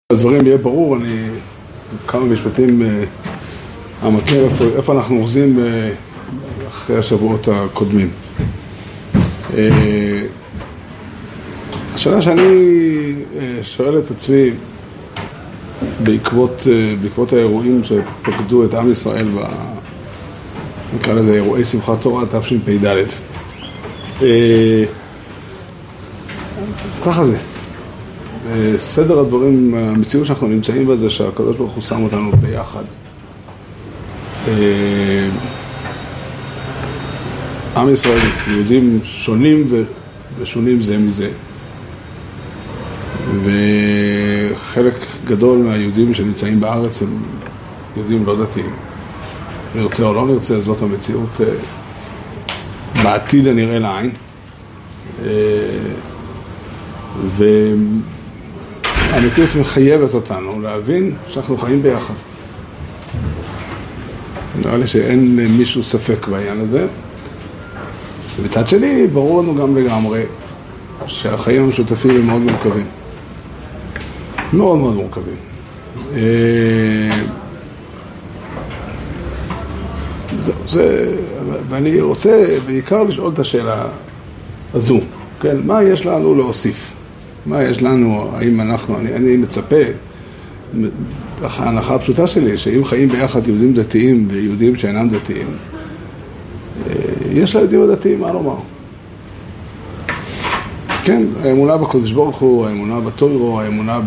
הדברים יהיה ברור, אני כמה משפטים המכיר איפה אנחנו אוחזים אחרי השבועות הקודמים. השאלה שאני שואל את עצמי בעקבות האירועים שפקדו את עם ישראל נקרא לזה אירועי שמחת תורה תשפ"ד. ככה זה. סדר הדברים, המציאות שאנחנו נמצאים בזה שהקדוש ברוך הוא שם אותנו ביחד. עם ישראל, יהודים שונים ושונים זה מזה. וחלק גדול מהיהודים שנמצאים בארץ הם יהודים לא דתיים. נרצה או לא נרצה, זאת המציאות בעתיד הנראה לעין. והמציאות מחייבת אותנו להבין שאנחנו חיים ביחד. נראה לי שאין מישהו ספק בעניין הזה. ובצד שני, ברור לנו גם לגמרי שהחיים המשותפים הם מאוד מורכבים. מאוד מאוד מורכבים. ואני רוצה בעיקר לשאול את השאלה הזו. כן, מה יש לנו להוסיף? מה יש לנו, האם אני מצפה, ההנחה הפשוטה שלי, שאם חיים ביחד יהודים דתיים ויהודים שאינם דתיים, יש ליהודים הדתיים מה לומר. כן, האמונה בקדוש ברוך הוא, האמונה בתורה, האמונה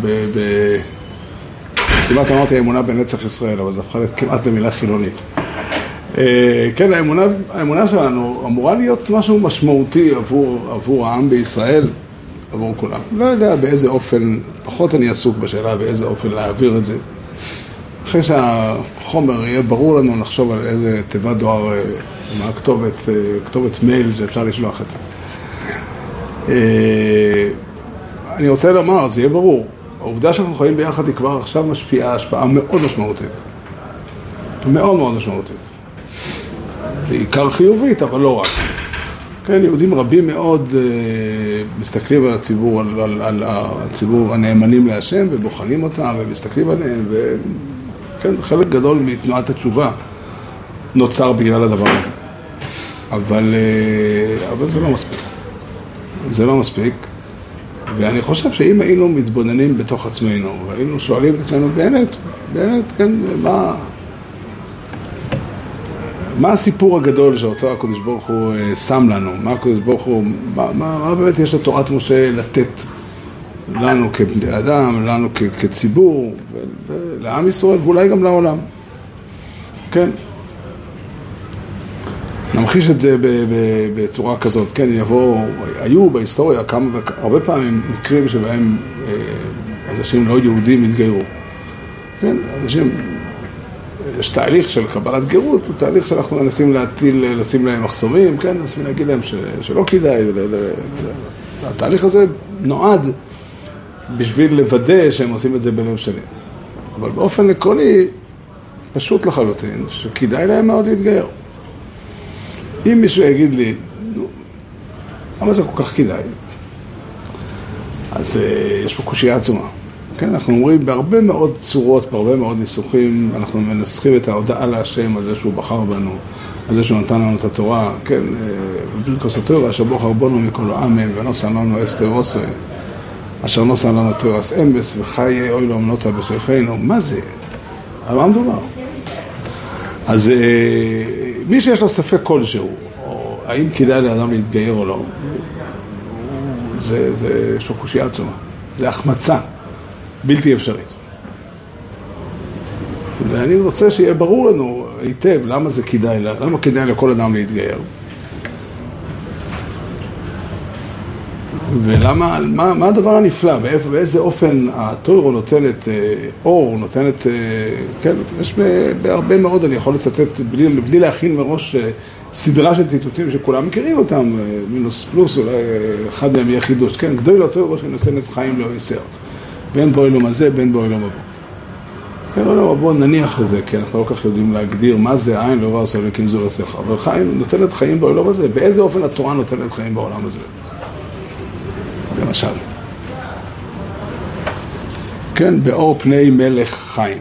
כמעט אמרתי האמונה בנצח ישראל, אבל זה הפכה כמעט למילה חילונית. כן, האמונה שלנו אמורה להיות משהו משמעותי עבור העם בישראל, עבור כולם. לא יודע באיזה אופן, פחות אני עסוק בשאלה באיזה אופן להעביר את זה. אחרי שהחומר יהיה ברור לנו, נחשוב על איזה תיבת דואר, מה כתובת מייל שאפשר לשלוח את זה. אני רוצה לומר, זה יהיה ברור. העובדה שאנחנו חיים ביחד היא כבר עכשיו משפיעה, השפעה מאוד משמעותית. מאוד מאוד משמעותית. בעיקר חיובית, אבל לא רק. כן, יהודים רבים מאוד מסתכלים על הציבור, על הציבור הנאמנים להשם, ובוחנים אותם, ומסתכלים עליהם, וכן, חלק גדול מתנועת התשובה נוצר בגלל הדבר הזה. אבל זה לא מספיק. זה לא מספיק. ואני חושב שאם היינו מתבוננים בתוך עצמנו, והיינו שואלים את עצמנו, באמת, כן, מה הסיפור הגדול שאותו הקדוש ברוך הוא שם לנו? מה הקדוש ברוך הוא, מה באמת יש לתורת משה לתת לנו כבני אדם, לנו כציבור, לעם ישראל ואולי גם לעולם? כן. נמחיש את זה בצורה כזאת. כן, היו בהיסטוריה הרבה פעמים מקרים שבהם אנשים לא יהודים התגיירו. כן, אנשים... יש תהליך של קבלת גירות, הוא תהליך שאנחנו מנסים לשים להם מחסומים, כן, מנסים להגיד להם שלא כדאי. התהליך הזה נועד בשביל לוודא שהם עושים את זה בלב שלי. אבל באופן עקרוני, פשוט לחלוטין, שכדאי להם מאוד להתגייר. אם מישהו יגיד לי, למה זה כל כך כדאי? אז יש פה קושיה עצומה. כן, אנחנו אומרים בהרבה מאוד צורות, בהרבה מאוד ניסוחים, אנחנו מנסחים את ההודעה להשם על זה שהוא בחר בנו, על זה שהוא נתן לנו את התורה, כן, בברכות התורה, אשר בוחר בנו מכל העמים, ונוסע לנו אסתר עושה, אשר נוסע לנו תורס אמבס, וחיי אוי לא אמנותה בשלחנו. מה זה? על מה מדובר? אז מי שיש לו ספק כלשהו, או האם כדאי לאדם להתגייר או לא, יש לו קושיה עצומה, זה החמצה. בלתי אפשרית. ואני רוצה שיהיה ברור לנו היטב למה זה כדאי, למה כדאי לכל אדם להתגייר. ולמה, מה הדבר הנפלא, באיזה אופן התורה נותנת אור, נותנת, כן, יש בהרבה מאוד, אני יכול לצטט בלי להכין מראש סדרה של ציטוטים שכולם מכירים אותם, מינוס פלוס, אולי אחד מהם יהיה חידוש, כן, גדול לתורה שנותנת חיים לא יסר. בין בו אלום הזה, בין בו אלום הבא. כן, אלום הבא נניח לזה, כי אנחנו לא כך יודעים להגדיר מה זה עין, לא ועשה לקים זו לסך. אבל חיים נותנת חיים בעולם הזה. באיזה אופן התורה נותנת חיים בעולם הזה? למשל. כן, באור פני מלך חיים.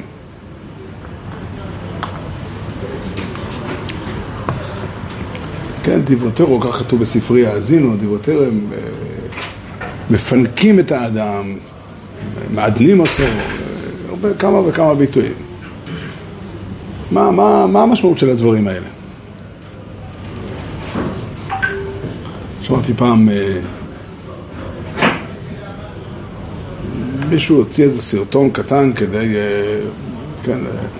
כן, דברוטרו, כך כתוב בספרי האזינו, דברוטרו הם מפנקים את האדם, מעדנים אותו, כמה וכמה ביטויים. מה המשמעות של הדברים האלה? שמעתי פעם, מישהו הוציא איזה סרטון קטן כדי, כן,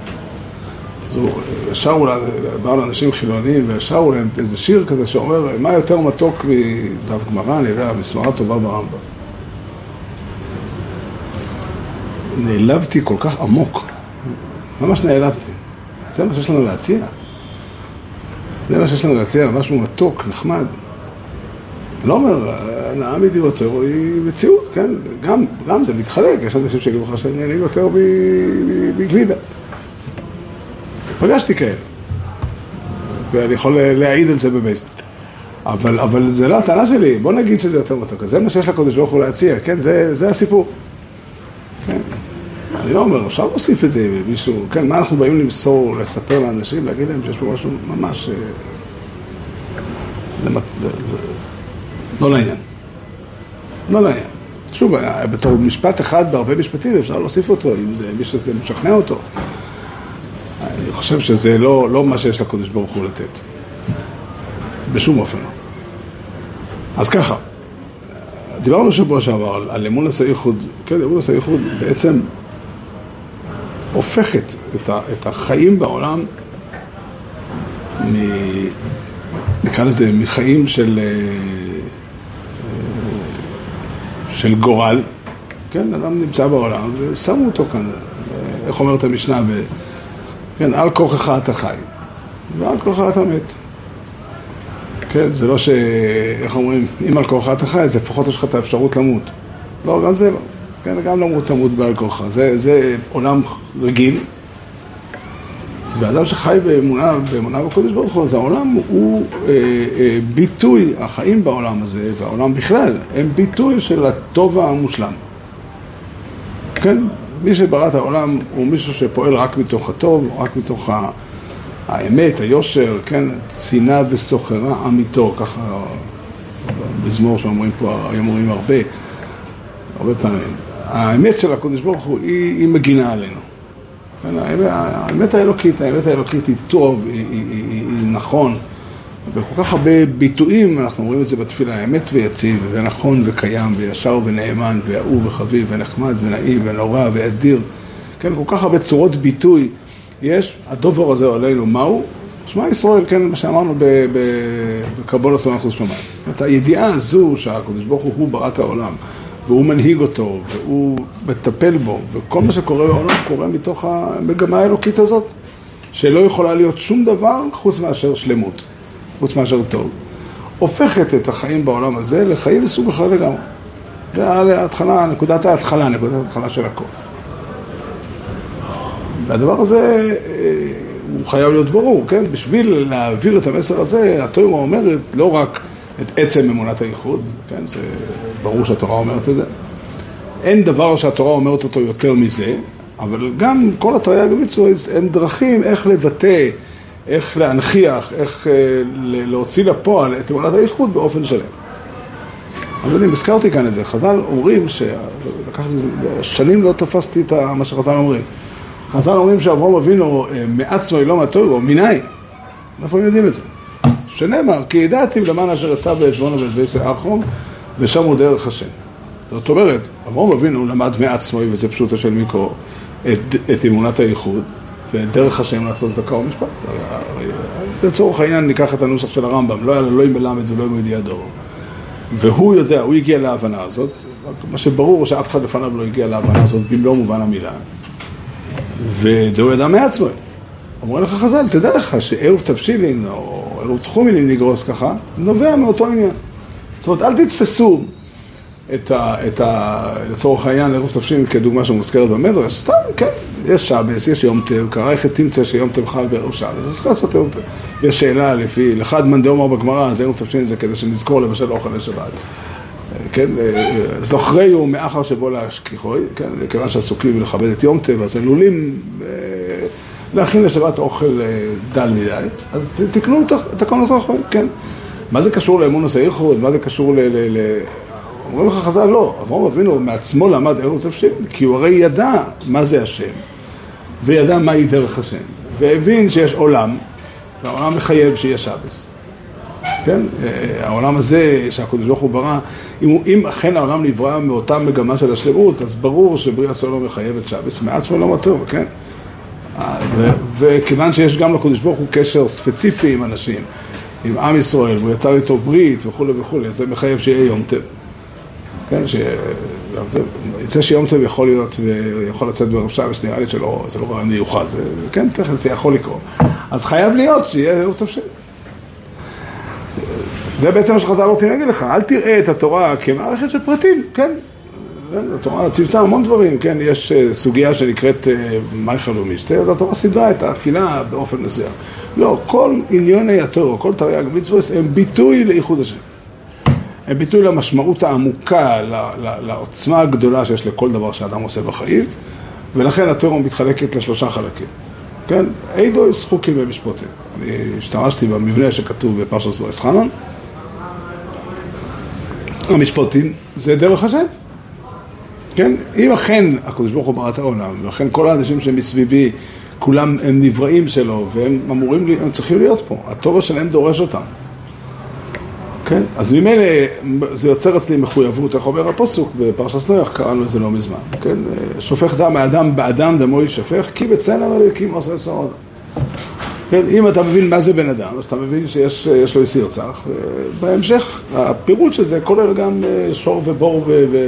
שרו לאנשים חילוניים ושרו להם איזה שיר כזה שאומר מה יותר מתוק מדף גמרא, אני יודע, מסמרה טובה ברמב"ם. נעלבתי כל כך עמוק, ממש נעלבתי. זה מה שיש לנו להציע. זה מה שיש לנו להציע, משהו מתוק, נחמד. לא אומר, הנאה מדיבותרו היא מציאות, כן? גם זה מתחלק, יש אנשים שיגידו לך שאני נהנים יותר בגלידה. פגשתי כאלה, ואני יכול להעיד על זה בבייסט. אבל זה לא הטענה שלי, בוא נגיד שזה יותר מתוק. זה מה שיש לקודש ברוך הוא להציע, כן? זה הסיפור. כן? אני לא אומר, אפשר להוסיף את זה מישהו, כן? מה אנחנו באים למסור, לספר לאנשים, להגיד להם שיש פה משהו ממש... זה לא לעניין. לא לעניין. שוב, בתור משפט אחד בהרבה משפטים אפשר להוסיף אותו, אם זה מישהו שזה משכנע אותו. אני חושב שזה לא מה שיש לקודש ברוך הוא לתת. בשום אופן לא. אז ככה, דיברנו שבוע שעבר על אמונס הייחוד. כן, אמונס הייחוד בעצם הופכת את החיים בעולם נקרא לזה מחיים של גורל. כן, אדם נמצא בעולם ושמו אותו כאן, איך אומרת המשנה, כן, על כוחך אתה חי ועל כוחך אתה מת. כן, זה לא איך אומרים, אם על כוחך אתה חי, אז לפחות יש לך את האפשרות למות. לא, גם זה לא. כן, גם למות תמות בעל כוחך. זה עולם רגיל. ואדם שחי באמונה בקודש ברוך הוא, אז העולם הוא ביטוי, החיים בעולם הזה, והעולם בכלל, הם ביטוי של הטוב המושלם. כן? מי שברא את העולם הוא מישהו שפועל רק מתוך הטוב, רק מתוך האמת, היושר, כן? צינה וסוחרה אמיתו, ככה בזמור שאומרים פה, אומרים הרבה פעמים. האמת של הקודש ברוך הוא היא מגינה עלינו. האמת האלוקית היא טוב, היא נכון, וכל כך הרבה ביטויים, אנחנו אומרים את זה בתפילה, האמת ויציב, ונכון וקיים, וישר ונאמן, ואהוב וחביב, ונחמד ונעים, ונורא ואדיר, כן, כל כך הרבה צורות ביטוי יש, הדובר הזה עלינו, מהו? שמע ישראל, כן, מה שאמרנו בקבולה סמכות שמיים. את הידיעה הזו שהקדוש ברוך הוא ברא את העולם, והוא מנהיג אותו, והוא מטפל בו, וכל מה שקורה בעולם קורה מתוך המגמה האלוקית הזאת, שלא יכולה להיות שום דבר חוץ מאשר שלמות, חוץ מאשר טוב. הופכת את החיים בעולם הזה לחיים מסוג אחר לגמרי. זה ההתחלה, נקודת ההתחלה של הכל. והדבר הזה הוא חייב להיות ברור, כן? בשביל להעביר את המסר הזה, התורה אומרת לא רק את עצם אמונת הייחוד, כן? זה ברור שהתורה אומרת את זה. אין דבר שהתורה אומרת אותו יותר מזה, אבל גם כל התורה המצוות הם דרכים איך לבטא, איך להנכיח, איך להוציא לפועל את אמונת הייחוד באופן שלם. אבל אני הזכרתי כאן את זה, חז"ל אומרים, שנים לא תפסתי את מה שחז"ל אומרים. חז"ל אומרים שאברהם אבינו מעצמו לא מהתורה, מניין. איפה הם יודעים את זה? שנאמר, כי ידעתם למען אשר יצא בעזבון ובעזבי אחרום, ושם הוא דרך השם. זאת אומרת, אברהם אבינו למד מעצמו, וזה פשוטו של מיקרו, את אמונת הייחוד, ודרך השם לעשות צדקה ומשפט. לצורך העניין ניקח את הנוסח של הרמב"ם, לא היה לו לא מלמד ולא מידיע דור. והוא יודע, הוא הגיע להבנה הזאת, מה שברור שאף אחד לפניו לא הגיע להבנה הזאת, במלוא מובן המילה. ואת זה הוא ידע מעצמו. אומרים לך חז"ל, תדע לך שעירוב תבשילין או עירוב תחומין, אם נגרוס ככה, נובע מאותו עניין. זאת אומרת, אל תתפסו לצורך העניין עירוב תבשילין כדוגמה שמוזכרת במדרש. סתם, כן, יש שבס, יש יום טוב, קרא איך תמצא שיום טוב חל בעירוב שבס. אז צריך לעשות עירוב טוב. יש שאלה לפי, לחד מן דאמר בגמרא, אז עירוב תבשילין זה כדי שנזכור למשל אוכל לשבת. כן, זוכרי הוא מאחר שבו להשכיחוי, כן, כיוון שעסוקים לכבד את יום טוב, אז עלולים להכין לשבת אוכל דל מדי, אז תקנו את הכל הזוכרי, כן. מה זה קשור לאמונוס הייחוד? מה זה קשור אומרים לך חז"ל, לא, אברהם אבינו מעצמו למד ערות השם, כי הוא הרי ידע מה זה השם, וידע מהי דרך השם, והבין שיש עולם, והעולם מחייב שיהיה שבס. כן? העולם הזה שהקדוש ברוך הוא ברא, אם אכן העולם נברא מאותה מגמה של השלמות, אז ברור שבריאה סולו מחייב את שבס, מעצמו לא טוב, כן? וכיוון שיש גם לקדוש ברוך הוא קשר ספציפי עם אנשים, עם עם ישראל, והוא יצר איתו ברית וכו' וכו', זה מחייב שיהיה יום טוב. כן, יצא שיום טוב יכול להיות, ויכול לצאת ברב שבס, נראה לי זה לא רעיון מיוחד, כן, תכף זה יכול לקרות. אז חייב להיות שיהיה ערב טוב שם. זה בעצם מה שחז"ל רוצים להגיד לך, אל תראה את התורה כמערכת של פרטים, כן? התורה צוותה המון דברים, כן? יש סוגיה שנקראת מייכל ומשתה, אז התורה סדרה את האכילה באופן מסוים. לא, כל עניוני התורה, כל תרי"ג מצוות הם ביטוי לייחוד השם. הם ביטוי למשמעות העמוקה, לעוצמה הגדולה שיש לכל דבר שאדם עושה בחיים, ולכן התורה מתחלקת לשלושה חלקים. כן? איידויס, חוקים ומשפטים. אני השתמשתי במבנה שכתוב בפרשת בועז חנן. המשפטים זה דרך השם. כן? אם אכן הקדוש ברוך הוא ברא את העולם, ואכן כל האנשים שמסביבי, כולם הם נבראים שלו, והם אמורים, הם צריכים להיות פה. הטובה שלהם דורש אותם. כן? אז ממילא זה יוצר אצלי מחויבות, איך אומר הפסוק בפרשת נוח, קראנו את זה לא מזמן. כן? שופך דם האדם באדם דמו יישפך, כי בצלם אלוקים עושה שרוד. כן? אם אתה מבין מה זה בן אדם, אז אתה מבין שיש לו יסיר צח, ובהמשך הפירוט של זה כולל גם שור ובור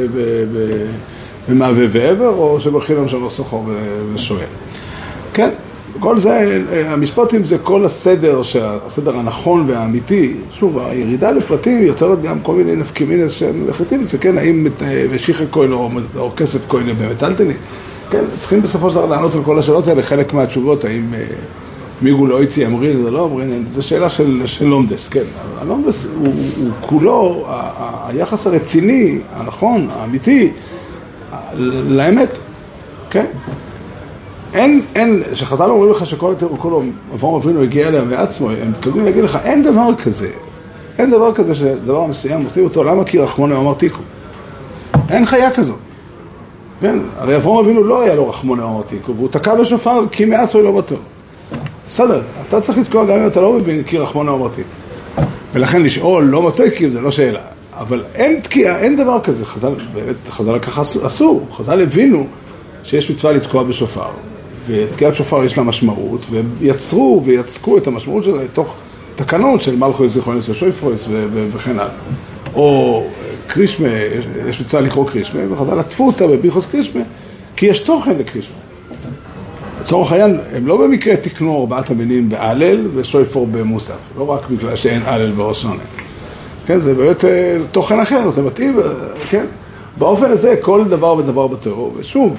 ומעווה ועבר, או שבחינם שלו סוחר ושואל. כן? כל זה, המשפטים זה כל הסדר הנכון והאמיתי. שוב, הירידה לפרטים יוצרת גם כל מיני נפקימינס שהם מחליטים את זה, כן? האם משיחי כהן או כסף כהן במטלטני. כן? צריכים בסופו של דבר לענות על כל השאלות האלה, חלק מהתשובות, האם מיגו לא יציא אמרין, זה לא אמרין, זה שאלה של לומדס, כן? הלומדס הוא כולו, היחס הרציני, הנכון, האמיתי, לאמת, כן? אין, שחז"ל אומרים לך שכל התיאור כולו, אברהם אבינו הגיע אליה מעצמו, הם מתכוונים להגיד לך, אין דבר כזה שדבר מסוים עושים אותו, למה כי רחמון אמר תיקו? אין חיה כזאת. כן, הרי אברהם אבינו לא היה לו רחמון אמר תיקו, והוא תקע בשופר כי מעצמו לא בטוב. בסדר, אתה צריך לתקוע גם אם אתה לא מבין כי רחמון אמר תיקו. ולכן לשאול לא מתויקים זה לא שאלה. אבל אין תקיעה, אין דבר כזה. חז"ל ככה אסור. חז"ל הבינו שיש מצווה לתקוע בשופר. ותקיעת שופר יש לה משמעות, והם יצרו ויצקו את המשמעות שלה לתוך תקנות של מלכו זיכרונס ושויפרוס וכן הלאה. או קרישמה, יש מצווה לקרוא קרישמה, וחז"ל עטפו אותה בביחוס קרישמה, כי יש תוכן לקרישמה. לצורך העניין, הם לא במקרה תקנו 4 המינים בהלל ושויפור במוסף, לא רק בגלל שאין הלל בראש שונה. כן, זה באמת תוכן אחר, זה מתאים, כן? באופן הזה, כל דבר ודבר בתורה, ושוב,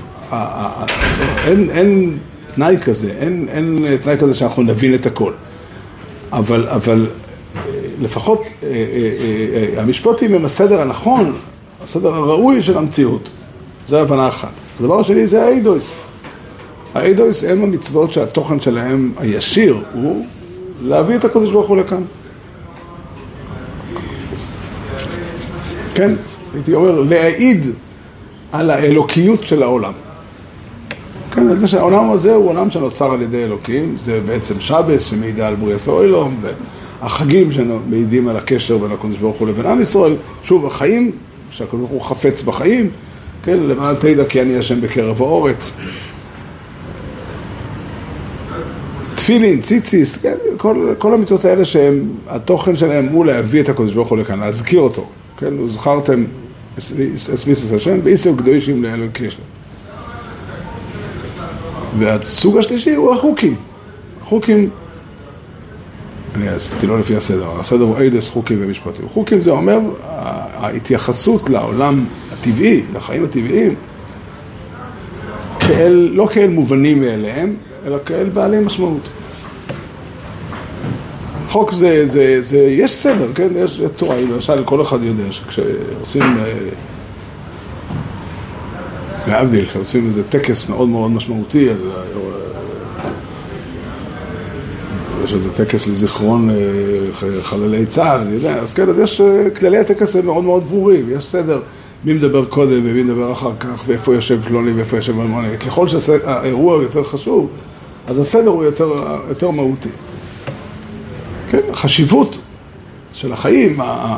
אין תנאי כזה, אין תנאי כזה שאנחנו נבין את הכל. אבל לפחות המשפטים הם הסדר הנכון, הסדר הראוי של המציאות. זו הבנה אחת. הדבר השני זה האידויס. האידויס הם המצוות שהתוכן שלהם הישיר הוא להביא את הקדוש ברוך הוא לכאן. כן, הייתי אומר, להעיד על האלוקיות של העולם. כן, על זה שהעולם הזה הוא עולם שנוצר על ידי אלוקים, זה בעצם שבס שמעידה על בריאת העולם, והחגים שמעידים על הקשר בין הקדוש ברוך הוא לבין עם ישראל, שוב, החיים, שהקדוש ברוך הוא חפץ בחיים, כן, למען תדע כי אני השם בקרב האורץ. תפילין, ציציס, כן, כל המצוות האלה שהתוכן שלהם הוא להביא את הקדוש ברוך הוא לכאן, להזכיר אותו. כן, וזכרתם אסמיסס השם, בעשר קדושים לאל קרישנה. והסוג השלישי הוא החוקים. החוקים, אני עשיתי לא לפי הסדר, הסדר הוא אידס, חוקים ומשפטים. חוקים זה אומר, ההתייחסות לעולם הטבעי, לחיים הטבעיים, לא כאל מובנים מאליהם, אלא כאל בעלי משמעות. חוק זה, יש סדר, כן? יש צורה, למשל, כל אחד יודע שכשעושים, להבדיל, כשעושים איזה טקס מאוד מאוד משמעותי, יש איזה טקס לזיכרון חללי צה"ל, אני יודע, אז כן, אז יש כללי הטקס הם מאוד מאוד ברורים, יש סדר, מי מדבר קודם ומי מדבר אחר כך, ואיפה יושב פלוני ואיפה יושב אלמוני. ככל שהאירוע יותר חשוב, אז הסדר הוא יותר מהותי. כן, החשיבות של החיים,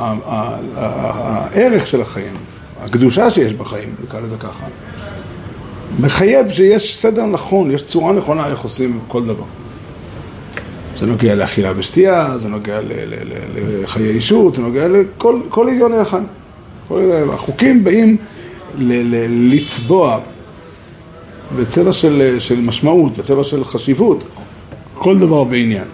הערך של החיים, הקדושה שיש בחיים, נקרא לזה ככה, מחייב שיש סדר נכון, יש צורה נכונה איך עושים כל דבר. זה נוגע לאכילה ושתייה, זה נוגע לחיי אישות, זה נוגע לכל עניון אחד. החוקים באים לצבוע בצבע של משמעות, בצבע של חשיבות, כל דבר בעניין.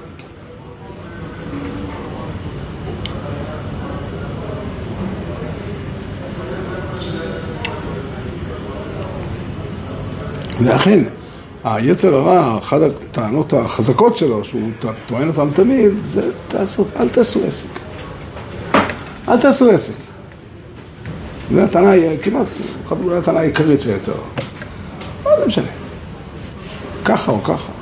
ולכן, היצר הרע, אחת הטענות החזקות שלו, שהוא טוען אותם תמיד, זה אל תעשו עסק. אל תעשו עסק. זו הטענה, כמעט, הטענה העיקרית של היצר הרע. לא משנה. ככה או ככה.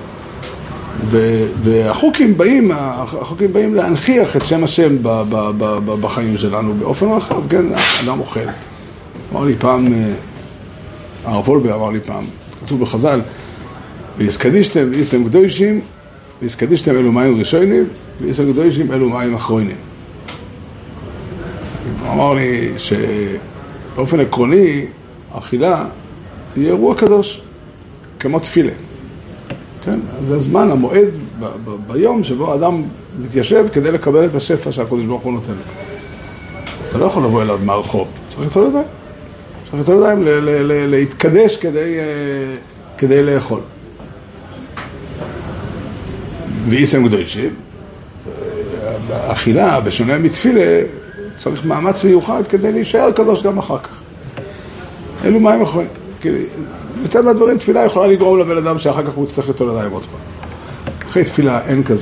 והחוקים באים להנכיח את שם השם בחיים שלנו באופן רחב, כן? אדם אוכל. אמר לי פעם, הרב וולבה אמר לי פעם, כתוב בחז"ל, ויסקדישתם ואיסם קדושים, ויסקדישתם אלו מים ראשונים, ואיסם קדושים אלו מים אחרונים. הוא אמר לי שבאופן עקרוני, אכילה היא אירוע קדוש, כמו תפילה. כן? זה הזמן, המועד ביום שבו האדם מתיישב כדי לקבל את השפע שהקדוש ברוך הוא נותן. אז אתה לא יכול לבוא אליו מהרחוב, צריך יותר ידיים. צריך יותר ידיים להתקדש כדי לאכול. ואיסם קדושים, האכילה בשונה מתפילה, צריך מאמץ מיוחד כדי להישאר קדוש גם אחר כך. אלו מים אחרונים. יותר מהדברים, תפילה יכולה לגרום לבן אדם שאחר כך הוא יצטרך יותר ידיים עוד פעם. אחרי תפילה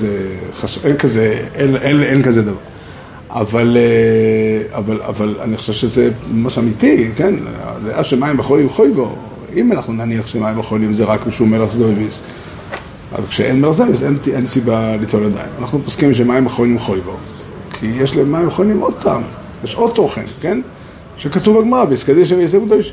אין כזה דבר. אבל אני חושב שזה ממש אמיתי, כן? הדעה שמים אחרונים חוי בו. אם אנחנו נניח שמים אחרונים זה רק משום מלח זדויביס, אז כשאין מלח זדויביס אין סיבה ליטול ידיים. אנחנו פוסקים שמים אחרונים חוי בו. כי יש למים אחרונים עוד טעם, יש עוד תוכן, כן? שכתוב בגמרא, ויסקדיש ואיסם קדושים.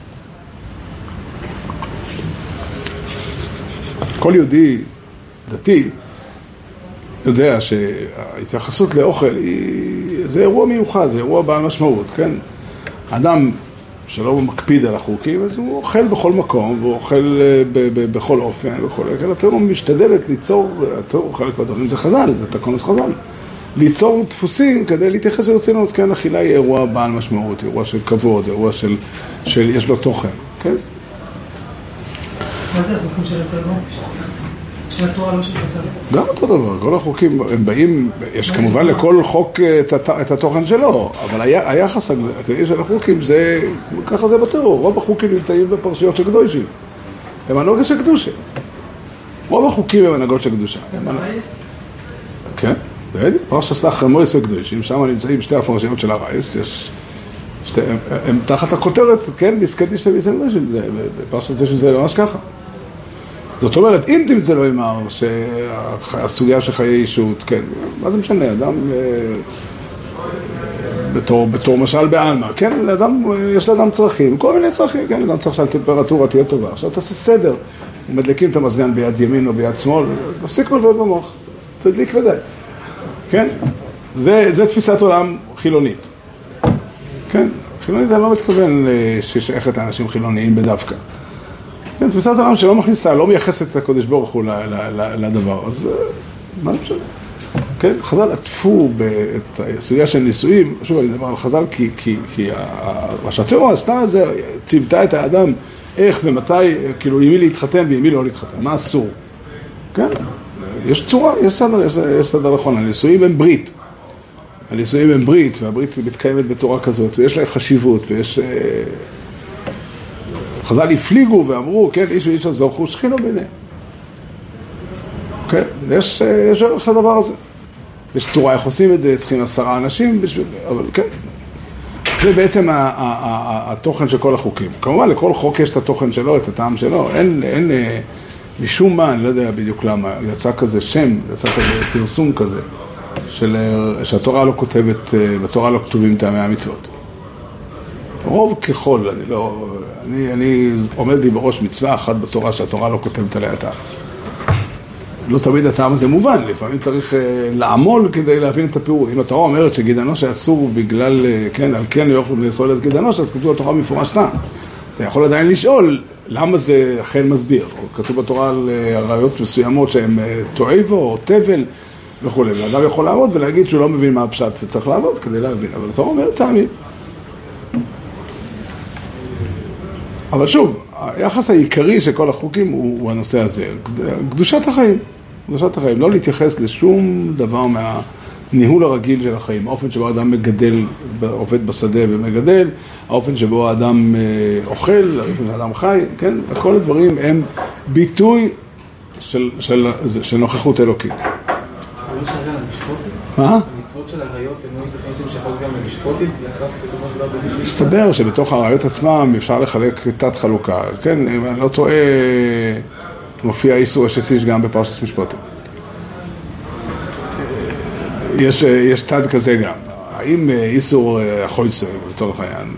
כל יהודי דתי יודע שההתייחסות לאוכל זה אירוע מיוחד, זה אירוע בעל משמעות, כן? אדם שלא מקפיד על החוקים, אז הוא אוכל בכל מקום, והוא אוכל בכל אופן, וכל אופן. התורה משתדלת ליצור, התורה חלק מהדברים זה חז"ל, זה תקונס חז"ל, ליצור דפוסים כדי להתייחס ברצינות, כן? אכילה היא אירוע בעל משמעות, אירוע של כבוד, אירוע יש לו תוכן, כן? מה זה החוקים של התורה? של התורה לא של חז"ל? גם אותו דבר, כל החוקים הם באים, יש כמובן לכל חוק את התוכן שלו, אבל היחס של החוקים זה, ככה זה בתורה, רוב החוקים נמצאים בפרשיות של קדושים, הם הנהגות של קדושה. רוב החוקים הם הנהגות של קדושה. כן, פרשת אחרי מועצת קדושים, שם נמצאים שתי הפרשיות של הרייס, הם תחת הכותרת, כן, ויסקדישתם ואיסם קדושים, בפרשת קדושים זה ממש ככה. זאת אומרת, אם תמצא לו אמר שהסוגיה של חיי אישות, כן, מה זה משנה, אדם בתור משל בעלמא, כן, יש לאדם צרכים, כל מיני צרכים, כן, אדם צריך שהטמפרטורה תהיה טובה. עכשיו תעשה סדר, מדליקים את המזגן ביד ימין או ביד שמאל, תפסיק לבעוד במוח, תדליק ודי. כן, זה תפיסת עולם חילונית. כן, חילונית אני לא מתכוון ששייך את האנשים חילוניים בדווקא. כן, תפיסת העולם שלא מכניסה, לא מייחסת את הקודש ברוך הוא לדבר, אז מה אני חושב? כן, חז"ל עטפו את הסוגיה של נישואים, שוב אני מדבר על חז"ל, כי מה שהתורה עשתה זה ציוותה את האדם איך ומתי, כאילו עם מי להתחתן ועם מי לא להתחתן, מה אסור? כן, יש צורה, יש סדר נכון, הנישואים הם ברית, הנישואים הם ברית, והברית מתקיימת בצורה כזאת, ויש לה חשיבות, ויש... חז"ל הפליגו ואמרו, כן, איש ואיש הזוכו, שכינו ביניהם. כן, יש ערך לדבר הזה. יש צורה איך עושים את זה, צריכים 10 אנשים, אבל כן. זה בעצם התוכן של כל החוקים. כמובן, לכל חוק יש את התוכן שלו, את הטעם שלו. אין משום מה, אני לא יודע בדיוק למה, יצא כזה שם, יצא כזה פרסום כזה, שהתורה לא כותבת, בתורה לא כתובים טעמי המצוות. רוב ככל, אני עומד לי בראש מצווה אחת בתורה שהתורה לא כותבת עליה טעם. לא תמיד הטעם הזה מובן, לפעמים צריך לעמול כדי להבין את הפירוש. אם התורה אומרת שגיד אנוש אסור בגלל, כן, על כן לא יכולים לאסור את גיד אנוש, אז כתוב בתורה מפורש טעם. אתה יכול עדיין לשאול למה זה אכן מסביר. כתוב בתורה על ראיות מסוימות שהן תועבה או תבל וכו'. האדם יכול לעמוד ולהגיד שהוא לא מבין מה הפשט וצריך לעבוד כדי להבין. אבל התורה אומרת טעמים. אבל שוב, היחס העיקרי של כל החוקים הוא הנושא הזה. קדושת החיים. קדושת החיים. לא להתייחס לשום דבר מהניהול הרגיל של החיים. האופן שבו האדם מגדל, עובד בשדה ומגדל, האופן שבו האדם אוכל, האופן שבו האדם חי, כן? כל הדברים הם ביטוי של נוכחות אלוקית. מה? המצוות של הראיות הם לא מתכנתים שיכול גם למשפוטים, להכנס בסופו של דבר במישהו. מסתבר שבתוך הראיות עצמם אפשר לחלק תת חלוקה. כן, אם אני לא טועה, מופיע איסור השסיש גם בפרשת משפוטים. יש צד כזה גם. האם איסור החויסר, לצורך העניין?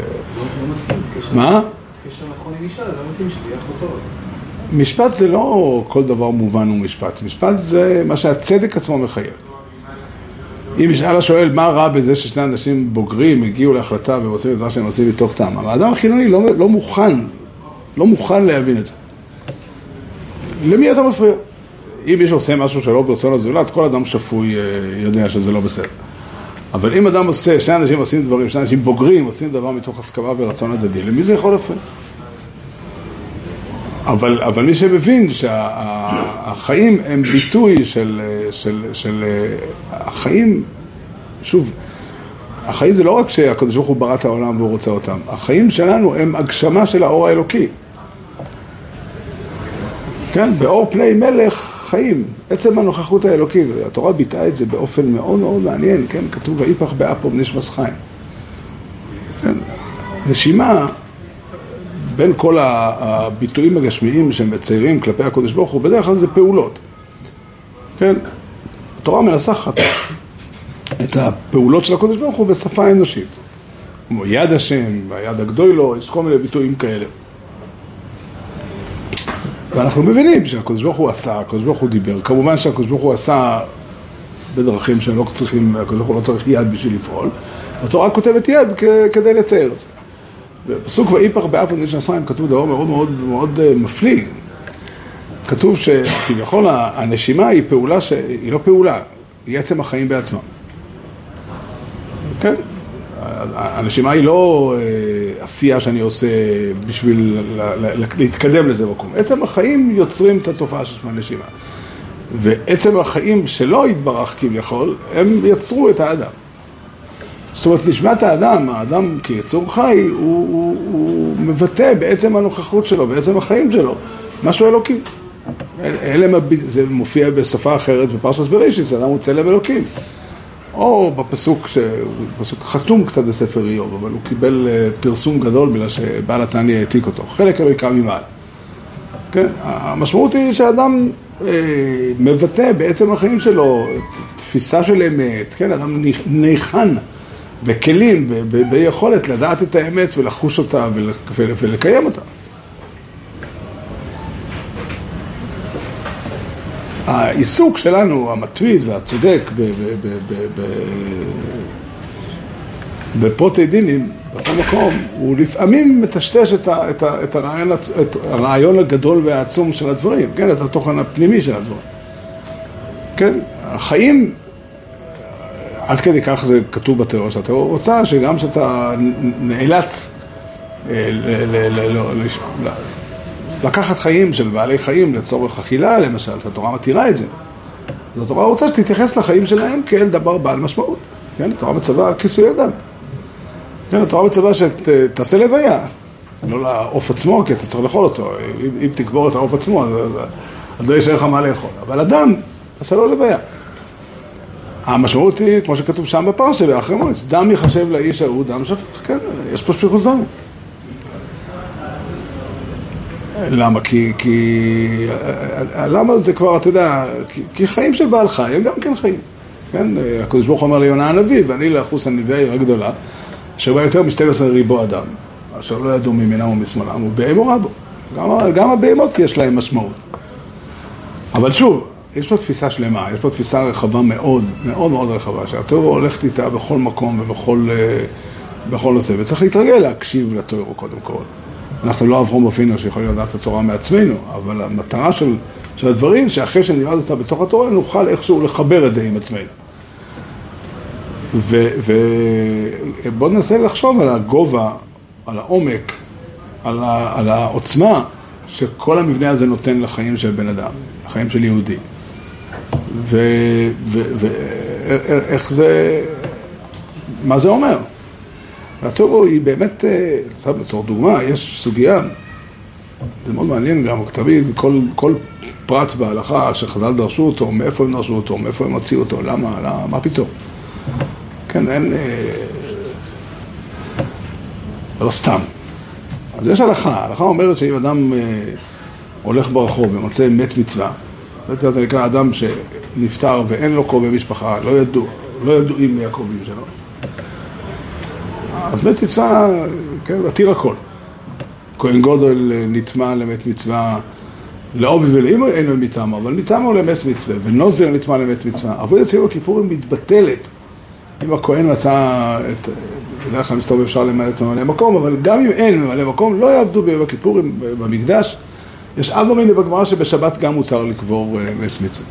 מה? קשר נכון עם אישה, זה לא מתאים שתהיה אחותו. משפט זה לא כל דבר מובן הוא משפט. משפט זה מה שהצדק עצמו מחייב. אם ישאל השואל מה רע בזה ששני אנשים בוגרים הגיעו להחלטה ועושים את מה שהם עושים מתוך טעם. האדם החילוני לא מוכן להבין את זה. למי אתה מפריע? אם מישהו עושה משהו שלא ברצון הזולת, כל אדם שפוי יודע שזה לא בסדר. אבל אם אדם עושה, שני אנשים עושים דברים, שני אנשים בוגרים עושים דבר מתוך הסכמה ורצון הדדי, למי זה יכול להפריע? אבל מי שמבין שהחיים הם ביטוי של החיים, שוב, החיים זה לא רק שהקדוש ברוך הוא ברא את העולם והוא רוצה אותם, החיים שלנו הם הגשמה של האור האלוקי. כן, באור פני מלך חיים, עצם הנוכחות האלוקית, התורה ביטאה את זה באופן מאוד מאוד מעניין, כן, כתוב ואיפך באפו בנשמס חיים. כן, נשימה, בין כל הביטויים הגשמיים שהם מציירים כלפי הקדוש ברוך הוא, בדרך כלל זה פעולות. כן? התורה מנסחת את הפעולות של הקדוש ברוך הוא בשפה אנושית. כמו יד השם והיד הגדולו, יש כל מיני ביטויים כאלה. ואנחנו מבינים שהקדוש ברוך הוא עשה, הקדוש ברוך הוא דיבר. כמובן שהקדוש ברוך הוא עשה בדרכים שהם לא צריכים, הקדוש ברוך הוא לא צריך יד בשביל לפעול. התורה כותבת יד כדי לצייר את זה. בפסוק ואיפך באפו בנשמס חיים כתוב דבר מאוד מאוד מאוד מפליא. כתוב שכביכול הנשימה היא פעולה שהיא לא פעולה, היא עצם החיים בעצמה. כן? הנשימה היא לא עשייה שאני עושה בשביל להתקדם לזה מקום. עצם החיים יוצרים את התופעה של הנשימה. ועצם החיים שלא יתברך כביכול, הם יצרו את האדם. זאת אומרת, נשמת האדם כיצור חי, הוא מבטא בעצם הנוכחות שלו, בעצם החיים שלו, משהו אלוקי. זה מופיע בשפה אחרת בפרשת בראשית, האדם הוא צלם אלוקים. או בפסוק חתום קצת בספר איוב, אבל הוא קיבל פרסום גדול בגלל שבעל התניא העתיק אותו. חלק אלוקה ממעל. כן? המשמעות היא שהאדם מבטא בעצם החיים שלו, תפיסה של אמת, כן? אדם ניחן בכלים, ביכולת לדעת את האמת ולחוש אותה ולקיים אותה. העיסוק שלנו, המתמיד והצודק בפרוטי דינים, בכל מקום, הוא לפעמים מטשטש את הרעיון הגדול והעצום של הדברים, כן? את התוכן הפנימי של הדברים. כן? החיים, עד כדי כך זה כתוב בתיאוריה, שאתה רוצה שגם שאתה נאלץ לקחת חיים של בעלי חיים לצורך אכילה, למשל, התורה מתירה את זה. אז התורה רוצה שתתייחס לחיים שלהם כאל דבר בעל משמעות. כן? התורה מצווה כיסוי אדם. כן? התורה מצווה שתעשה לוויה. לא לעוף עצמו, כי אתה צריך לאכול אותו. אם תקבור את העוף עצמו, אז לא יישאר לך מה לאכול. אבל אדם, עשה לו לוויה. המשמעות היא, כמו שכתוב שם בפרשה, ואחרי מועץ, דם יחשב לאיש ההוא, דם שפך, כן, יש פה שפיכות דמים. למה? למה זה כבר, אתה יודע, כי חיים של בעל חי הם גם כן חיים. כן? הקדוש ברוך הוא אומר ליונה הנביא, ואני לאחוס הנביאה עיר הגדולה, אשר בה יותר מ-12 ריבו אדם, אשר לא ידעו ממינם ומשמאלם, ובהם הוא רבו. גם הבהמות יש להם משמעות. אבל שוב, יש פה תפיסה שלמה, יש פה תפיסה רחבה מאוד, מאוד מאוד רחבה, שהתורה הולכת איתה בכל מקום ובכל נושא, וצריך להתרגל להקשיב לתורה קודם כל. אנחנו לא אברהם אבינו שיכולים לדעת את התורה מעצמנו, אבל המטרה של הדברים, שאחרי שנלמד אותה בתוך התורה, נוכל איכשהו לחבר את זה עם עצמנו. ובואו ננסה לחשוב על הגובה, על העומק, על העוצמה, שכל המבנה הזה נותן לחיים של בן אדם, לחיים של יהודי. ואיך זה, מה זה אומר? והתורה היא באמת, בתור דוגמה, יש סוגיה, זה מאוד מעניין גם, תמיד כל פרט בהלכה שחז"ל דרשו אותו, מאיפה הם דרשו אותו, מאיפה הם הוציאו אותו, למה, מה פתאום? כן, אין, לא סתם. אז יש הלכה, ההלכה אומרת שאם אדם הולך ברחוב ומוצא מת מצווה, זה נקרא אדם שנפטר ואין לו קרובי משפחה, לא ידעו מי הקרובים שלו. אז מת מצווה, כן, עתיר הכל. כהן גדול נטמע למת מצווה, לאובי ולאמא אין לו מטעמו, אבל נטמע למס מצווה, ונוזר נטמע למת מצווה. עבודת יום הכיפורים מתבטלת. אם הכהן מצא את, בדרך כלל מסתובב אפשר למלא את ממלא מקום, אבל גם אם אין ממלא מקום, לא יעבדו ביום הכיפורים במקדש. יש אבא מיני בגמרא שבשבת גם מותר לקבור מס מצווה.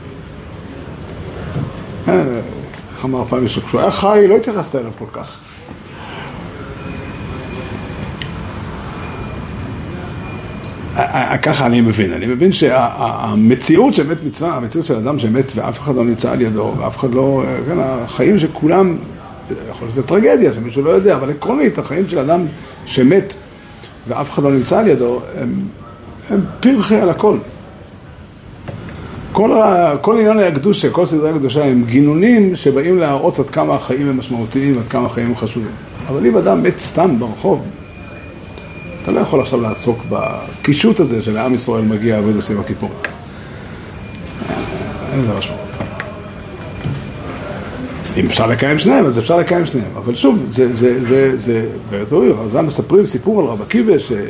איך אמר פעם כשהוא היה חי, לא התייחסת אליו כל כך. ככה אני מבין שהמציאות של מת מצווה, המציאות של אדם שמת ואף אחד לא נמצא על ידו, ואף אחד לא, כן, החיים שכולם, יכול להיות שזה טרגדיה שמישהו לא יודע, אבל עקרונית, החיים של אדם שמת ואף אחד לא נמצא על ידו, הם פרחי על הכל. כל עניין הקדושה, כל סדרי הקדושה, הם גינונים שבאים להראות עד כמה החיים הם משמעותיים, עד כמה החיים הם חשובים. אבל אם אדם מת סתם ברחוב, אתה לא יכול עכשיו לעסוק בקישוט הזה של עם ישראל מגיע עבוד עושים הכיפור. אין לזה משמעות. אם אפשר לקיים שניהם, אז אפשר לקיים שניהם. אבל שוב, זה אז מספרים סיפור על רב עקיבא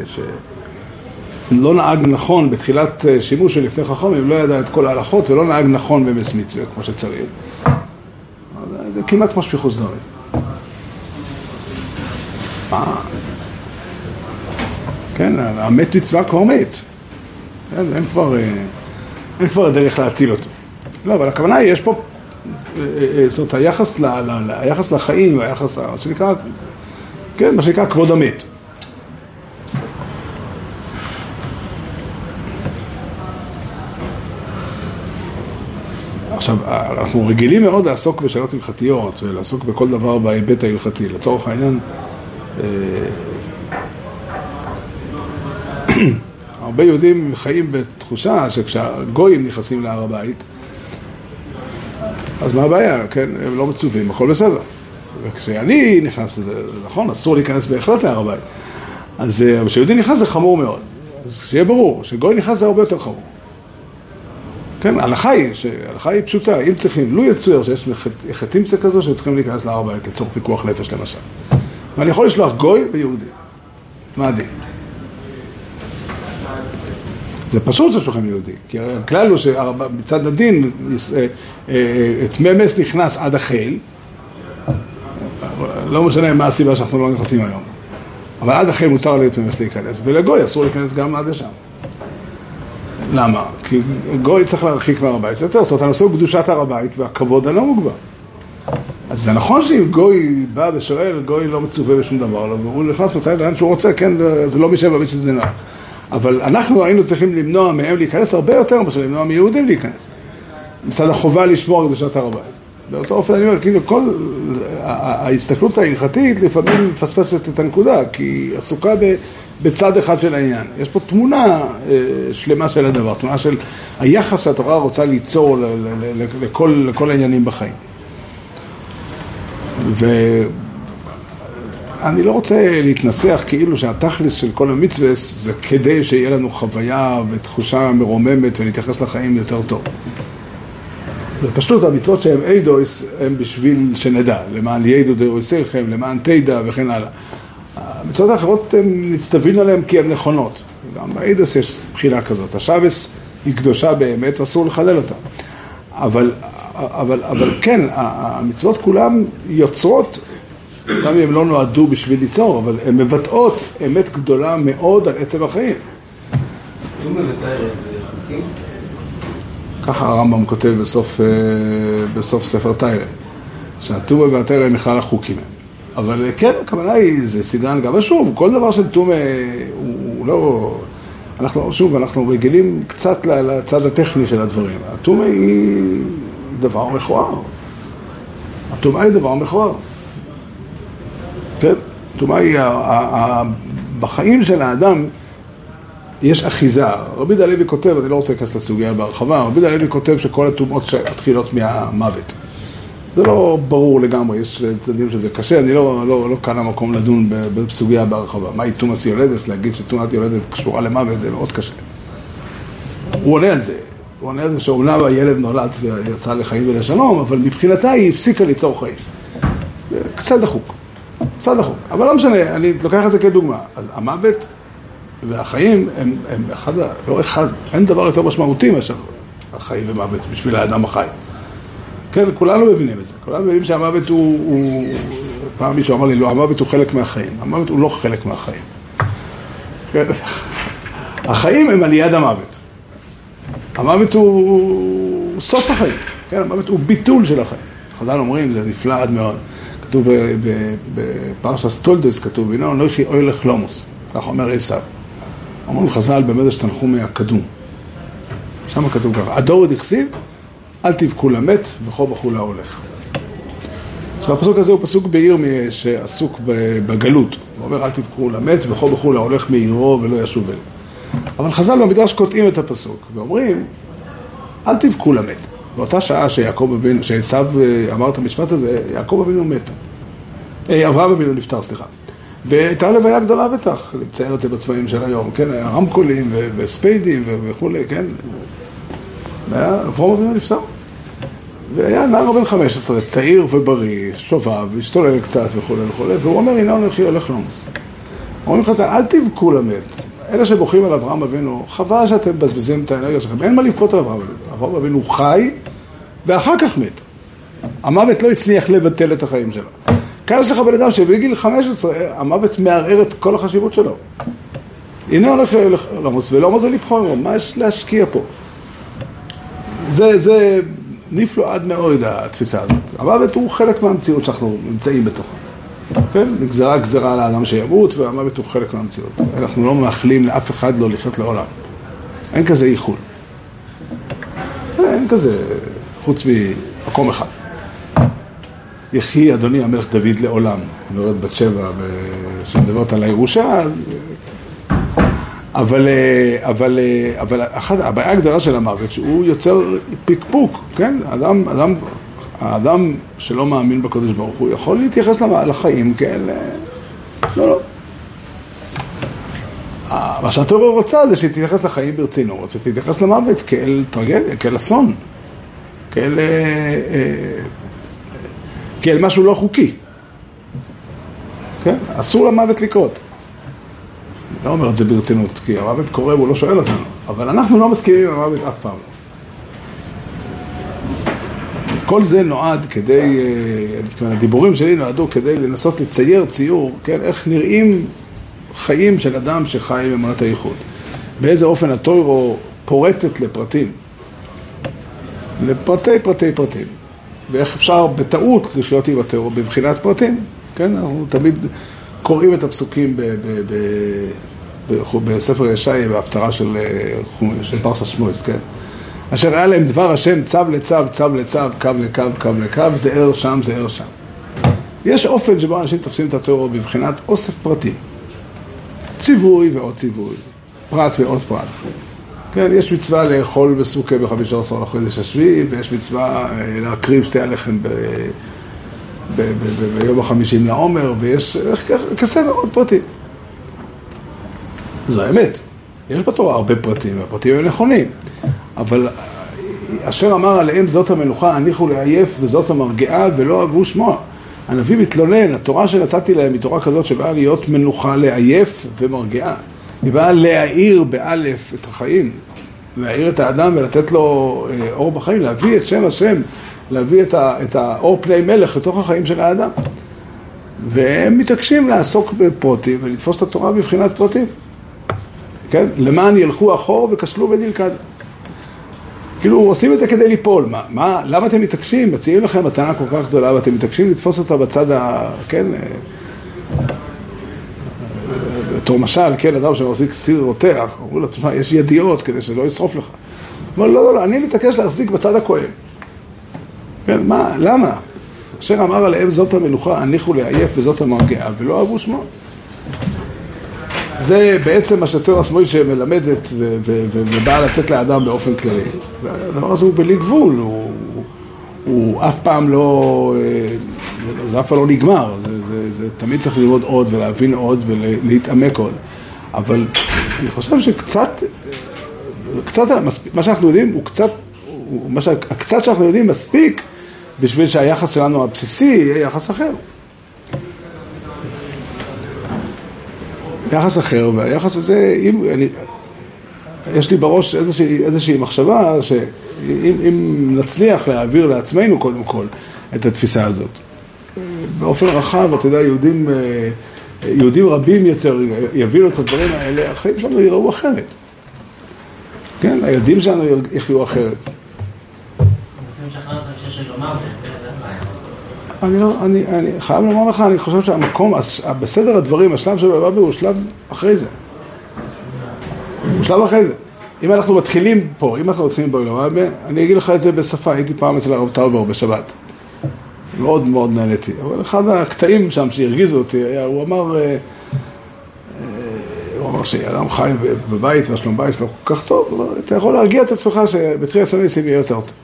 שלא נהג נכון בתחילת שימוש של לפני חכמים, לא ידע את כל ההלכות ולא נהג נכון במס מצווה כמו שצריך. זה כמעט כמו שפיכות דמים. כן, המת מצווה כבר מת. אין כבר דרך להציל אותו. לא, אבל הכוונה היא, יש פה, זאת אומרת, היחס לחיים, היחס, מה שנקרא כבוד המת. עכשיו, אנחנו רגילים מאוד לעסוק בשאלות הלכתיות, ולעסוק בכל דבר בהיבט ההלכתי. לצורך העניין, הרבה יהודים חיים בתחושה שכשהגויים נכנסים להר הבית, אז מה הבעיה? כן, הם לא מצווים, הכל בסדר. וכשאני נכנס לזה, נכון, אסור להיכנס בהחלט להר הבית. אז כשיהודי נכנס זה חמור מאוד. אז שיהיה ברור, שגוי נכנס זה הרבה יותר חמור. כן, ההלכה היא פשוטה, אם צריכים, לו יצויר שיש חטימצה כזו שצריכים להיכנס להר הבית לצורך פיקוח נפש למשל. ואני יכול לשלוח גוי ויהודי. מה הדין? זה פשוט ששולחים יהודי, כי הכלל הוא שמצד הדין תממס נכנס עד החיל, לא משנה מה הסיבה שאנחנו לא נכנסים היום, אבל עד החיל מותר להתממס להיכנס, ולגוי אסור להיכנס גם עד לשם. למה? כי גוי צריך להרחיק מהר הבית, זה יותר, זאת אומרת, הנושא הוא קדושת הר הבית והכבוד הלא מוגבל. אז זה נכון שאם גוי בא ושואל, גוי לא מצווה בשום דבר, הוא נכנס מצד לאן שהוא רוצה, כן, זה לא משב במצד דינר. אבל אנחנו היינו צריכים למנוע מהם להיכנס הרבה יותר מאשר למנוע מיהודים להיכנס. מצד החובה לשמור על קדושת הר הבית. באותו אופן אני אומר, כאילו כל ההסתכלות ההלכתית לפעמים מפספסת את הנקודה, כי היא עסוקה בצד אחד של העניין. יש פה תמונה שלמה של הדבר, תמונה של היחס שהתורה רוצה ליצור לכל העניינים בחיים. ואני לא רוצה להתנסח כאילו שהתכלס של כל המצווה זה כדי שיהיה לנו חוויה ותחושה מרוממת ונתייחס לחיים יותר טוב. זה פשוט המצוות שהם אידויס הם בשביל שנדע, למען ידעו דאויסיכם, למען תדע וכן הלאה. המצוות האחרות הם נצטווין עליהם כי הן נכונות. גם באידוס יש בחינה כזאת. השבס היא קדושה באמת, אסור לחלל אותה. אבל כן, המצוות כולם יוצרות, גם אם הם לא נועדו בשביל ליצור, אבל הן מבטאות אמת גדולה מאוד על עצם החיים. תומה ותיירה זה חוקים? ככה הרמב"ם כותב בסוף ספר תיירה, שהתומה והתיירה הם בכלל החוקים. אבל כן, הכוונה היא, זה סדרן גם, ושוב, כל דבר של תומה הוא לא... אנחנו רגילים קצת לצד הטכני של הדברים. התומה היא דבר מכוער. התומה היא דבר מכוער. כן? התומה היא... בחיים של האדם יש אחיזה. רבי יהודה הלוי כותב, אני לא רוצה להיכנס לסוגיה בהרחבה, רבי יהודה הלוי כותב שכל התומות מתחילות מהמוות. זה לא ברור לגמרי, יש צדדים שזה קשה, אני לא כאן המקום לדון בסוגיה בהרחבה. מהי תומאס יולדס? להגיד שתומת יולדת קשורה למוות זה מאוד קשה. הוא עונה על זה. הוא עונה על זה שאומנם הילד נולד ויצא לחיים ולשלום, אבל מבחינתה היא הפסיקה ליצור חיים. קצת דחוק. קצת דחוק. אבל לא משנה, אני לוקח את זה כדוגמה. אז המוות והחיים הם אחד, לא אחד, אין דבר יותר משמעותי מאשר החיים ומוות בשביל האדם החי. כן, כולנו מבינים את זה. כולנו מבינים שהמוות הוא... פעם מישהו אמר לי, לא, המוות הוא חלק מהחיים. המוות הוא לא חלק מהחיים. כן? החיים הם על יד המוות. המוות הוא סוף החיים. כן, המוות הוא ביטול של החיים. חז"ל אומרים, זה נפלא עד מאוד. כתוב בפרשת תולדס, כתוב, הנה, לא יש לי אוילך לומוס. כך אומר עשיו. אומרים חז"ל במדרש תנחומי הקדום. שם כתוב ככה, הדור דכסיב, אל תבכו למת, וכה בכו להולך. עכשיו, הפסוק הזה הוא פסוק בירמיה שעסוק בגלות. הוא אומר, אל תבכו למת, וכה בכו להולך מעירו ולא ישוב אליו. אבל חז"ל במדרש קוטעים את הפסוק, ואומרים, אל תבכו למת. באותה שעה שעשיו אמר את המשפט הזה, יעקב אבינו מת. אברהם אבינו נפטר, סליחה. והייתה לוויה גדולה בטח, לצייר את זה בצבעים של היום, כן? היה רמקולים וספיידים וכו', כן? אברהם אבינו נפטר. והיה נער בן 15, צעיר ובריא, שובב, השתולל קצת וכו' וכו', והוא אומר, הנה הולך לומוס. אומרים לך, אל תבכו למת. אלה שבוכים על אברהם אבינו, חבל שאתם מבזבזים את האנרגיה שלכם, אין מה לבכות על אברהם אבינו. אברהם אבינו חי, ואחר כך מת. המוות לא הצליח לבטל את החיים שלו. כאן יש לך בן אדם שבגיל 15, המוות מערער את כל החשיבות שלו. הנה הולך למוס, ולא מה זה לבחור, מה יש להשקיע פה? זה נפלא עד מאוד התפיסה הזאת. המוות הוא חלק מהמציאות שאנחנו נמצאים בתוכה. כן? גזרה על האדם שימות, והמוות הוא חלק מהמציאות. אנחנו לא מאחלים לאף אחד לא לחיות לעולם. אין כזה איחול. אין כזה, חוץ ממקום אחד. יחי אדוני המלך דוד לעולם, אומרת בת שבע, שמדברת על הירושה, אבל הבעיה הגדולה של המוות, שהוא יוצר פיקפוק, כן? האדם שלא מאמין בקדוש ברוך הוא, יכול להתייחס לחיים כאל... לא. מה שהתורה רוצה זה שתתייחס לחיים ברצינות, שתתייחס למוות כאל טרגדיה, כאל אסון, כאל משהו לא חוקי. כן? אסור למוות לקרות. אני לא אומר את זה ברצינות, כי המוות קורה והוא לא שואל אותנו. אבל אנחנו לא מסכימים עם המוות אף פעם. כל זה נועד כדי, הדיבורים שלי נועדו כדי לנסות לצייר ציור, כן? איך נראים חיים של אדם שחי במונת הייחוד. באיזה אופן התורה פורטת לפרטים. לפרטים. ואיך אפשר בטעות לחיות עם התורה בבחינת פרטים. כן? אנחנו תמיד קוראים את הפסוקים בספר ישעיה, בהפטרה של פרשת שמואל, כן? אשר היה להם דבר השם צו לצו, צו לצו, קו לקו, קו לקו, זהר שם, זהר שם. יש אופן שבו אנשים תופסים את התורה בבחינת אוסף פרטים. ציווי ועוד ציווי, פרט ועוד פרט. כן, יש מצווה לאכול בסוכה ב-15 לחודש השביעי, ויש מצווה להקריב שתי הלחם ביום ה-50 לעומר, ויש כסה מאוד פרטים. זו האמת. יש בתורה הרבה פרטים, והפרטים הם נכונים. אבל אשר אמר עליהם זאת המנוחה, הניחו לעייף וזאת המרגעה ולא אהבו שמוע. הנביא מתלונן, התורה שנתתי להם היא תורה כזאת שבאה להיות מנוחה לעייף ומרגעה. היא באה להאיר באלף את החיים, להאיר את האדם ולתת לו אור בחיים, להביא את שם השם, להביא את האור פני מלך לתוך החיים של האדם. והם מתעקשים לעסוק בפרטים ולתפוס את התורה בבחינת פרטים. כן? למען ילכו אחור וכשלו ונלכד. כאילו עושים את זה כדי ליפול. למה אתם מתעקשים? מציעים לכם מתנה כל כך גדולה ואתם מתעקשים לתפוס אותה בצד כן? בתור משל, כן, אדם שמחזיק סיר רותח, אמרו לו, תשמע, יש ידיעות כדי שלא ישרוף לך. אמרו, לא, אני מתעקש להחזיק בצד הכהן. כן, למה? אשר אמר עליהם זאת המנוחה, הניחו לעייף וזאת המרגעה, ולא אהבו שמו. זה בעצם מה שתורה השמאלית שמלמדת ובאה לתת לאדם באופן כללי. והדבר הזה הוא בלי גבול, הוא אף פעם לא, זה אף פעם לא נגמר, זה תמיד צריך ללמוד עוד ולהבין עוד ולהתעמק עוד. אבל אני חושב שקצת, מה שאנחנו יודעים הוא קצת שאנחנו יודעים מספיק בשביל שהיחס שלנו הבסיסי יהיה יחס אחר. יחס אחר, והיחס הזה, יש לי בראש איזושהי מחשבה שאם נצליח להעביר לעצמנו קודם כל את התפיסה הזאת. באופן רחב, אתה יודע, יהודים רבים יותר יבינו את הדברים האלה, החיים שלנו יראו אחרת. כן, הילדים שלנו יחיו אחרת. אני חייב לומר לך, אני חושב שהמקום, בסדר הדברים, השלב של בבא הוא שלב אחרי זה. הוא שלב אחרי זה. אם אנחנו מתחילים פה, אם אנחנו מתחילים בעולם, אני אגיד לך את זה בשפה, הייתי פעם אצל הרב טאובר בשבת. מאוד מאוד נהניתי. אבל אחד הקטעים שם שהרגיזו אותי, הוא אמר שאדם חי בבית והשלום בית לא כל כך טוב, אתה יכול להרגיע את עצמך שבתחיל הסמסים יהיה יותר טוב.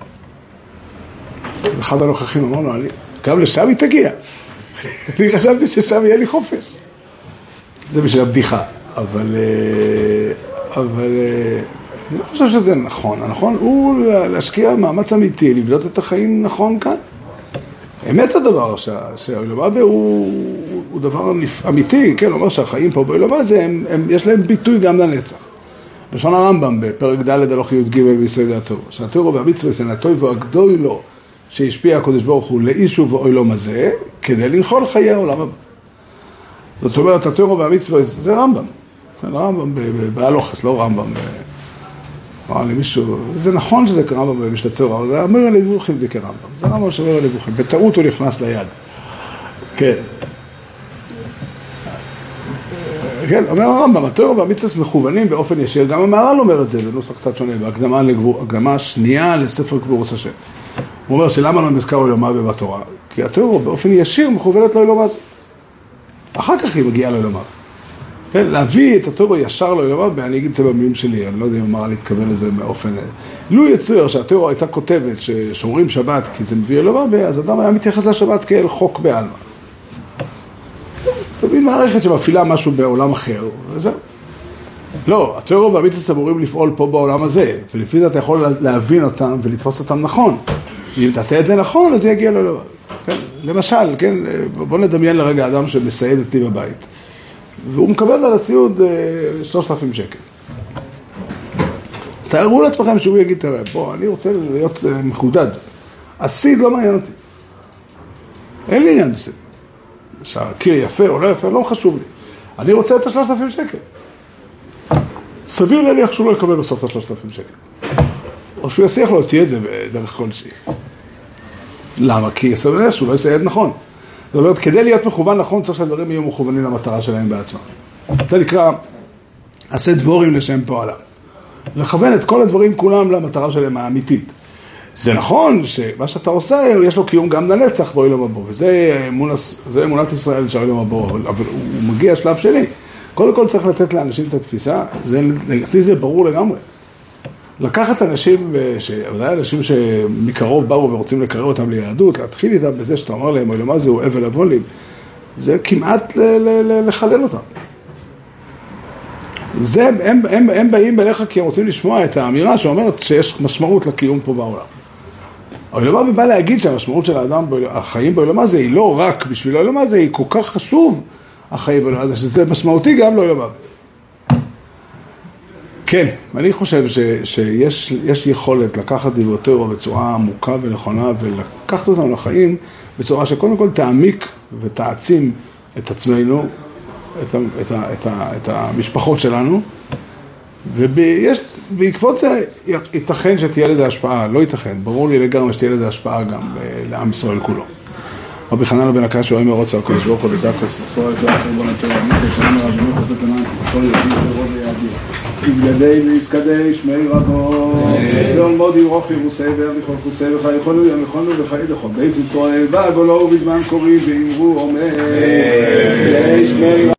אחד הנוכחים אמרנו, גם לשם היא תגיע. אני חשבתי ששם יהיה לי חופש. זה בשביל הבדיחה. אבל אני לא חושב שזה נכון. הנכון הוא להשקיע מאמץ אמיתי, לבנות את החיים נכון כאן. אמת הדבר שהעולם הבא הוא דבר אמיתי, כן, אומר שהחיים פה בעולם הזה, יש להם ביטוי גם לנצח. לשון הרמב"ם בפרק ד' הלוך י"ג ביסוד הטוב. שהתורה והמצווה סנתו והגדול לו, שהשפיע הקדוש ברוך הוא לאישו ואוילום הזה, כדי לנחול חיי העולם הבא. זאת אומרת, התורה והמצווה זה רמב"ם. רמב"ם בהלוכס, לא רמב"ם. אמר לי מישהו, זה נכון שזה רמב"ם במשנה תורה, אבל זה אומר הלבוכים די כרמב"ם. זה רמב"ם שאומר הלבוכים. בטעות הוא נכנס ליד. כן. כן, אומר הרמב"ם, התורה והמצווה מכוונים באופן ישיר. גם המהר"ל אומר את זה בנוסח קצת שונה, בהקדמה השנייה לספר גבורת השם. הוא אומר שלמה לא מזכר אוילום הבא בתורה? כי התורה באופן ישיר מכוונת לאוילום הזה. אחר כך היא מגיעה לאוילום הבא. כן, להביא את התורה ישר לאוילום הבא, אני אגיד את זה במילים שלי, אני לא יודע אם אמר להתכוון לזה באופן... לו יצויר שהתורה הייתה כותבת ששומרים שבת כי זה מביא אוילום הבא, אז אדם היה מתייחס לשבת כאל חוק בעלמא. תבין מערכת שמפעילה משהו בעולם אחר, וזהו. לא, התורה והמצווה אמורים לפעול פה בעולם הזה, ולפי זה אתה יכול להבין אותם ולתפוס אותם נכון. ואם תעשה את זה נכון, אז זה יגיע לו. כן? למשל, כן, בוא נדמיין לרגע אדם שמסייד אצלי בבית, והוא מקבל על הסיוד 3,000 שקל. אז תארו לעצמכם שהוא יגיד, תראה, בוא, אני רוצה להיות מחודד. הסיד לא מעניין אותי. אין לי עניין בסיד. שהקיר יפה או לא יפה, לא חשוב לי. אני רוצה את 3,000 שקל. סביר להניח שהוא לא יקבל בסוף את 3,000 שקל. או שהוא יסיח לו, תהיה את זה בדרך כלשהי. למה? כי סביר להניח שהוא לא יסייד נכון. זאת אומרת, כדי להיות מכוון נכון, צריך שהדברים יהיו מכוונים למטרה שלהם בעצמם. זה נקרא, עשה דבורים לשם פועלם. לכוון את כל הדברים כולם למטרה שלהם האמיתית. זה נכון שמה שאתה עושה, יש לו קיום גם לנצח באוילום הבא, וזה אמונת ישראל של האוילום הבא, אבל הוא מגיע שלב שני. קודם כל צריך לתת לאנשים את התפיסה, זה ברור לגמרי. לקחת אנשים, ודאי אנשים שמקרוב באו ורוצים לקרב אותם ליהדות, להתחיל איתם בזה שאתה אומר להם, אוי, מה זה, הוא אבל הבולים, זה כמעט לחלל אותם. הם באים אליך כי הם רוצים לשמוע את האמירה שאומרת שיש משמעות לקיום פה בעולם. העולם בא להגיד שהמשמעות של האדם, החיים בעולם הזה היא לא רק בשביל העולם הזה, היא כל כך חשוב, החיים בעולם הזה, שזה משמעותי גם לעולם הזה. כן, אני חושב שיש יכולת לקחת דיבותירו בצורה עמוקה ונכונה, ולקחת אותם לחיים בצורה שקודם כל תעמיק ותעצים את עצמנו, את המשפחות שלנו, ובעקבות זה ייתכן שתהיה לזה השפעה, לא ייתכן, ברור לי לגמרי שתהיה לזה השפעה גם לעם ישראל כולו. רבי חנן בן הקש, שאוהב מרוץ הקדוש ברוך הוא בזכוס ישראל, שאחר בו לתורה, מצווה שלנו רבנות לתת ענן, כל יהודי ורוב ויהודי. יזגדי ויזקדי שמי רבו, יום מודי רוחי וסדר, לכל חוסי וחי יכולנו וחי לכל בייס ישראל, והגולו בזמן קורי ואמרו אומר, שמי